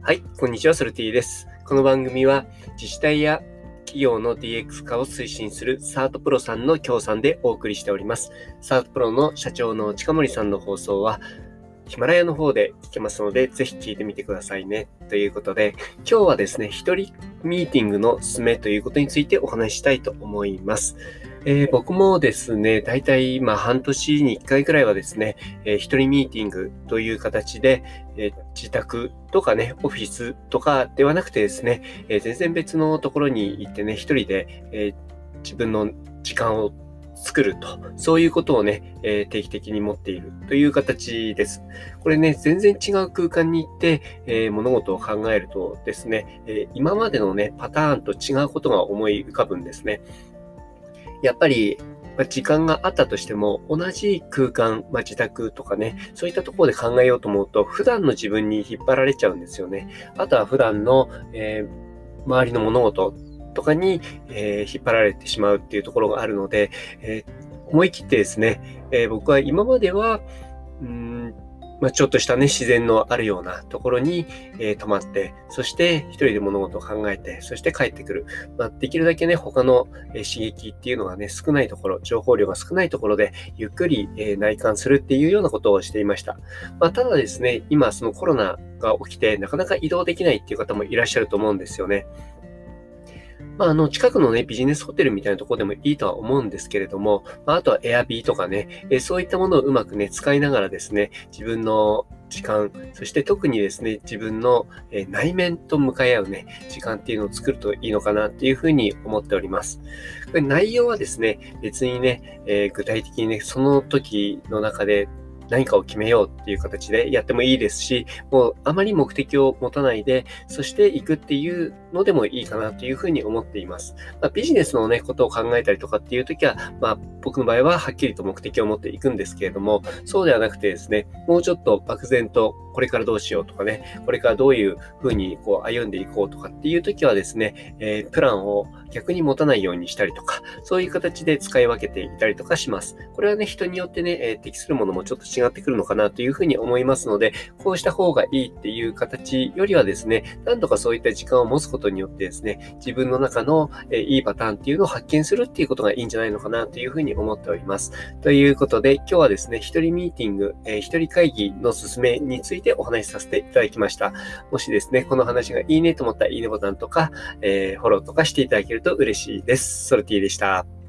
はい、こんにちは、ソルティです。この番組は自治体や企業の DX 化を推進するサートプロさんの協賛でお送りしております。サートプロの社長の近森さんの放送はヒマラヤの方で聞けますので、ぜひ聞いてみてくださいね。ということで、今日はですね、一人ミーティングの進めということについてお話ししたいと思います。僕もですね、だいたい半年に1回くらいはですね、一人ミーティングという形で、自宅とかね、オフィスとかではなくてですね、全然別のところに行ってね、一人で、自分の時間を作ると、そういうことをね、定期的に持っているという形です。これね、全然違う空間に行って、物事を考えるとですね、今までのね、パターンと違うことが思い浮かぶんですね。やっぱり、時間があったとしても、同じ空間、自宅とかね、そういったところで考えようと思うと、普段の自分に引っ張られちゃうんですよね。あとは普段の、周りの物事とかに、引っ張られてしまうっていうところがあるので、思い切ってですね、僕は今までは、ちょっとしたね、自然のあるようなところに、泊まって、そして一人で物事を考えて、そして帰ってくる。できるだけね、他の、刺激っていうのがね、少ないところ、情報量が少ないところで、ゆっくり、内観するっていうようなことをしていました。ただですね、今そのコロナが起きて、なかなか移動できないっていう方もいらっしゃると思うんですよね。近くのね、ビジネスホテルみたいなところでもいいとは思うんですけれども、あとはエアビーとかね、そういったものをうまくね、使いながらですね、自分の時間、そして特にですね、自分の内面と向かい合うね、時間っていうのを作るといいのかなっていうふうに思っております。これ内容はですね、別にね、具体的にね、その時の中で何かを決めようっていう形でやってもいいですし、もうあまり目的を持たないで、そして行くっていうのでもいいかなというふうに思っています。ビジネスのね、ことを考えたりとかっていう時は、僕の場合ははっきりと目的を持っていくんですけれども、そうではなくてですね、もうちょっと漠然とこれからどうしようとかね、これからどういうふうに歩んでいこうとかっていう時はですね、プランを逆に持たないようにしたりとか、そういう形で使い分けていたりとかします。これはね、人によってね、適するものもちょっと違ってくるのかなというふうに思いますので、こうした方がいいっていう形よりはですね、何度かそういった時間を持つことによってですね、自分の中の、いいパターンっていうのを発見するっていうことがいいんじゃないのかなというふうに思っております。ということで、今日はですね、一人ミーティング、一人会議の進めについてお話しさせていただきました。もしですね、この話がいいねと思ったらいいねボタンとか、フォローとかしていただけると嬉しいです。ソルティでした。